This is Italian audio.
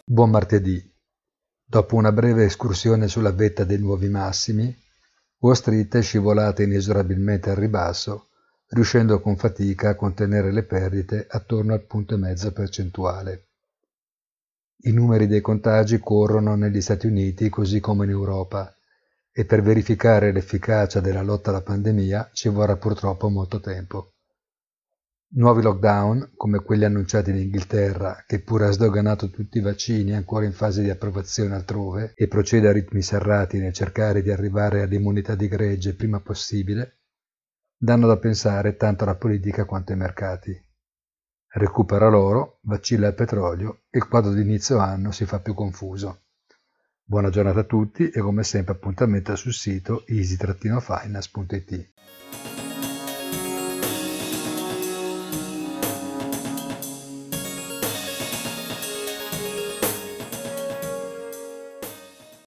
Buon martedì. Dopo una breve escursione sulla vetta dei nuovi massimi, Wall Street è scivolata inesorabilmente al ribasso, riuscendo con fatica a contenere le perdite attorno al 1,5 percentuale. I numeri dei contagi corrono negli Stati Uniti così come in Europa e per verificare l'efficacia della lotta alla pandemia ci vorrà purtroppo molto tempo. Nuovi lockdown, come quelli annunciati in Inghilterra, che pure ha sdoganato tutti i vaccini ancora in fase di approvazione altrove e procede a ritmi serrati nel cercare di arrivare all'immunità di gregge il prima possibile, danno da pensare tanto alla politica quanto ai mercati. Recupera l'oro, vacilla il petrolio e il quadro di inizio anno si fa più confuso. Buona giornata a tutti e come sempre appuntamento sul sito easy-finance.it.